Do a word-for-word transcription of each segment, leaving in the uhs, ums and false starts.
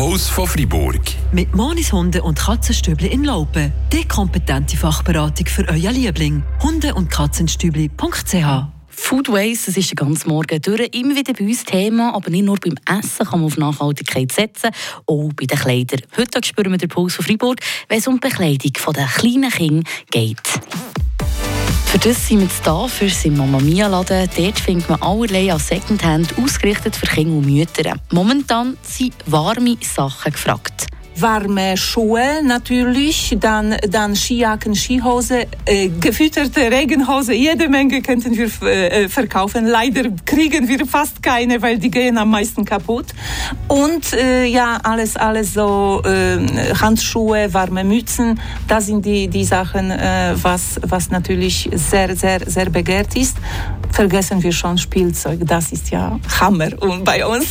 Haus von Freiburg. Mit Monis Hunde- und Katzenstübli in Laupen. Die kompetente Fachberatung für euer Liebling. Hunde- und Katzenstübli punkt c h. Food Waste, das ist den ganzen Morgen durch immer wieder bei uns Thema, aber nicht nur beim Essen kann man auf Nachhaltigkeit setzen, auch bei den Kleidern. Heute spüren wir den Puls von Freiburg, wenn es um die Bekleidung der kleinen Kinder geht. Für das sind wir jetzt da, für seinen Mamma-Mia-Laden. Dort findet man allerlei an Secondhand, ausgerichtet für Kinder und Mütter. Momentan sind warme Sachen gefragt. Warme Schuhe natürlich, dann, dann Skijacken, Skihose, äh, gefütterte Regenhose, jede Menge könnten wir äh, verkaufen. Leider kriegen wir fast keine, weil die gehen am meisten kaputt. Und äh, ja, alles, alles so äh, Handschuhe, warme Mützen, das sind die, die Sachen, äh, was, was natürlich sehr, sehr, sehr begehrt ist. Vergessen wir schon Spielzeug, das ist ja Hammer und bei uns.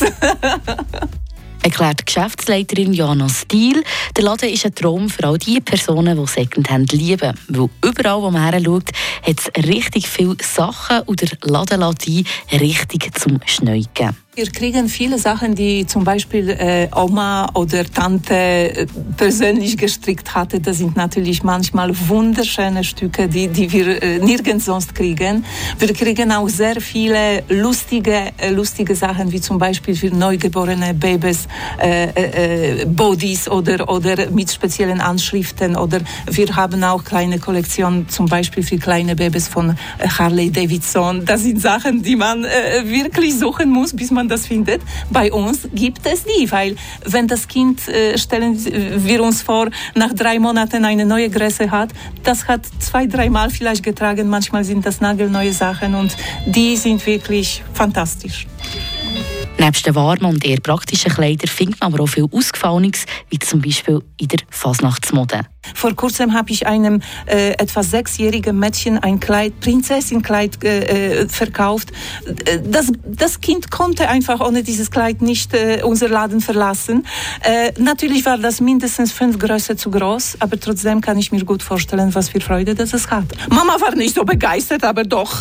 Erklärt die Geschäftsleiterin Jana Stiel. Der Laden ist ein Traum für all die Personen, die Secondhand lieben. Weil überall, wo man hinschaut, hat es richtig viele Sachen und der Laden lässt ein, richtig zum Schneuken. Wir kriegen viele Sachen, die zum Beispiel äh, Oma oder Tante äh, persönlich gestrickt hatte. Das sind natürlich manchmal wunderschöne Stücke, die, die wir äh, nirgends sonst kriegen. Wir kriegen auch sehr viele lustige, äh, lustige Sachen, wie zum Beispiel für neugeborene Babys äh, äh, Bodies oder, oder mit speziellen Anschriften. Oder wir haben auch kleine Kollektionen, zum Beispiel für kleine Babys von äh, Harley Davidson. Das sind Sachen, die man äh, wirklich suchen muss, bis man das findet. Bei uns gibt es die, weil wenn das Kind, äh, stellen wir uns vor, nach drei Monaten eine neue Größe hat, das hat zwei, dreimal vielleicht getragen, manchmal sind das nagelneue Sachen und die sind wirklich fantastisch. Neben den warmen und eher praktischen Kleidern findet man aber auch viel Ausgefallenes, wie zum Beispiel in der Fasnachtsmode. Vor kurzem habe ich einem äh, etwa sechsjährigen Mädchen ein Kleid, Prinzessin-Kleid äh, verkauft. Das, das Kind konnte einfach ohne dieses Kleid nicht äh, unser Laden verlassen. Äh, natürlich war das mindestens fünf Größe zu groß, aber trotzdem kann ich mir gut vorstellen, was für Freude das es hat. Mama war nicht so begeistert, aber doch.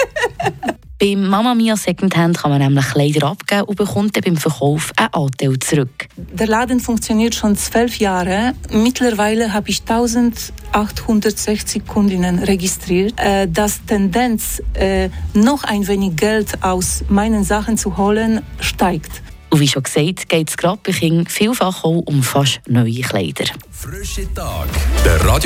Beim Mamma Mia Secondhand kann man nämlich Kleider abgeben und bekommt dann beim Verkauf einen Anteil zurück. Der Laden funktioniert schon zwölf Jahre. Mittlerweile habe ich eintausendachthundertsechzig Kundinnen registriert. Äh, das Tendenz, äh, noch ein wenig Geld aus meinen Sachen zu holen, steigt. Und wie schon gesagt, geht es gerade bei Kindern vielfach auch um fast neue Kleider. Frische Tag. Der Radio